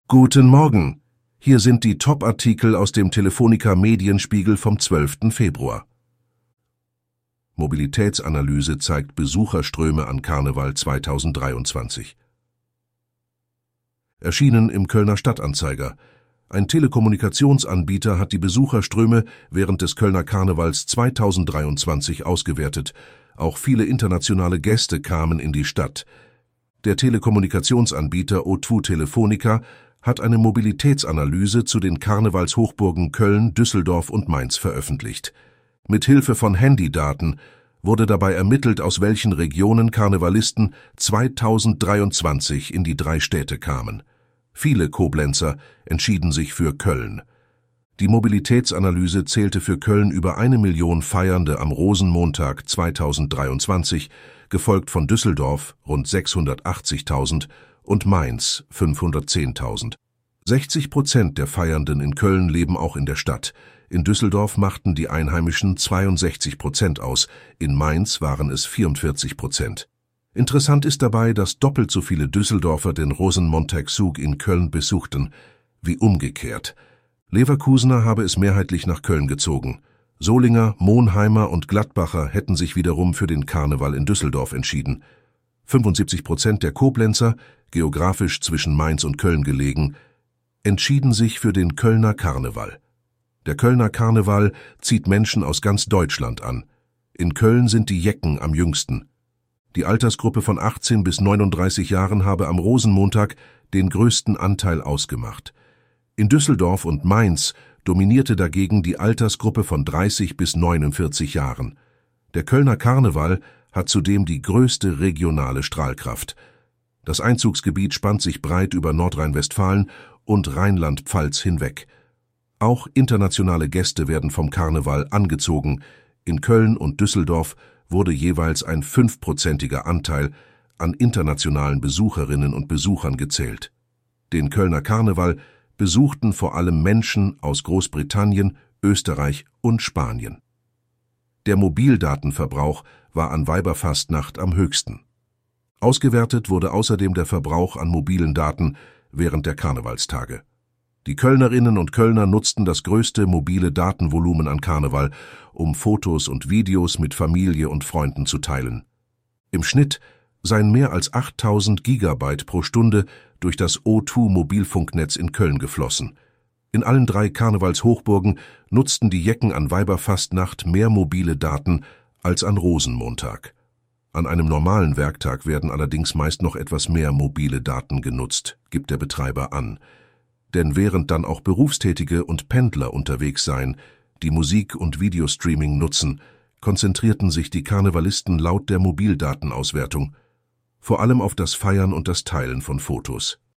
Guten Morgen. Hier sind die Top-Artikel aus dem Telefonica Medienspiegel vom 12. Februar. Mobilitätsanalyse zeigt Besucherströme an Karneval 2023. Erschienen im Kölner Stadtanzeiger. Ein Telekommunikationsanbieter hat die Besucherströme während des Kölner Karnevals 2023 ausgewertet. Auch viele internationale Gäste kamen in die Stadt. Der Telekommunikationsanbieter O2 Telefonica hat eine Mobilitätsanalyse zu den Karnevalshochburgen Köln, Düsseldorf und Mainz veröffentlicht. Mit Hilfe von Handydaten wurde dabei ermittelt, aus welchen Regionen Karnevalisten 2023 in die drei Städte kamen. Viele Koblenzer entschieden sich für Köln. Die Mobilitätsanalyse zählte für Köln über 1 Million Feiernde am Rosenmontag 2023, gefolgt von Düsseldorf rund 680.000 und Mainz 510.000. 60% der Feiernden in Köln leben auch in der Stadt. In Düsseldorf machten die Einheimischen 62% aus, in Mainz waren es 44%. Interessant ist dabei, dass doppelt so viele Düsseldorfer den Rosenmontagszug in Köln besuchten, wie umgekehrt. Leverkusener habe es mehrheitlich nach Köln gezogen. Solinger, Monheimer und Gladbacher hätten sich wiederum für den Karneval in Düsseldorf entschieden. 75% der Koblenzer, geografisch zwischen Mainz und Köln gelegen, entschieden sich für den Kölner Karneval. Der Kölner Karneval zieht Menschen aus ganz Deutschland an. In Köln sind die Jecken am jüngsten. Die Altersgruppe von 18 bis 39 Jahren habe am Rosenmontag den größten Anteil ausgemacht. In Düsseldorf und Mainz dominierte dagegen die Altersgruppe von 30 bis 49 Jahren. Der Kölner Karneval hat zudem die größte regionale Strahlkraft. Das Einzugsgebiet spannt sich breit über Nordrhein-Westfalen und Rheinland-Pfalz hinweg. Auch internationale Gäste werden vom Karneval angezogen. In Köln und Düsseldorf wurde jeweils ein 5%iger Anteil an internationalen Besucherinnen und Besuchern gezählt. Den Kölner Karneval besuchten vor allem Menschen aus Großbritannien, Österreich und Spanien. Der Mobildatenverbrauch war an Weiberfastnacht am höchsten. Ausgewertet wurde außerdem der Verbrauch an mobilen Daten während der Karnevalstage. Die Kölnerinnen und Kölner nutzten das größte mobile Datenvolumen an Karneval, um Fotos und Videos mit Familie und Freunden zu teilen. Im Schnitt seien mehr als 8000 Gigabyte pro Stunde durch das O2-Mobilfunknetz in Köln geflossen. In allen 3 Karnevalshochburgen nutzten die Jecken an Weiberfastnacht mehr mobile Daten als an Rosenmontag. An einem normalen Werktag werden allerdings meist noch etwas mehr mobile Daten genutzt, gibt der Betreiber an. Denn während dann auch Berufstätige und Pendler unterwegs seien, die Musik- und Videostreaming nutzen, konzentrierten sich die Karnevalisten laut der Mobildatenauswertung vor allem auf das Feiern und das Teilen von Fotos.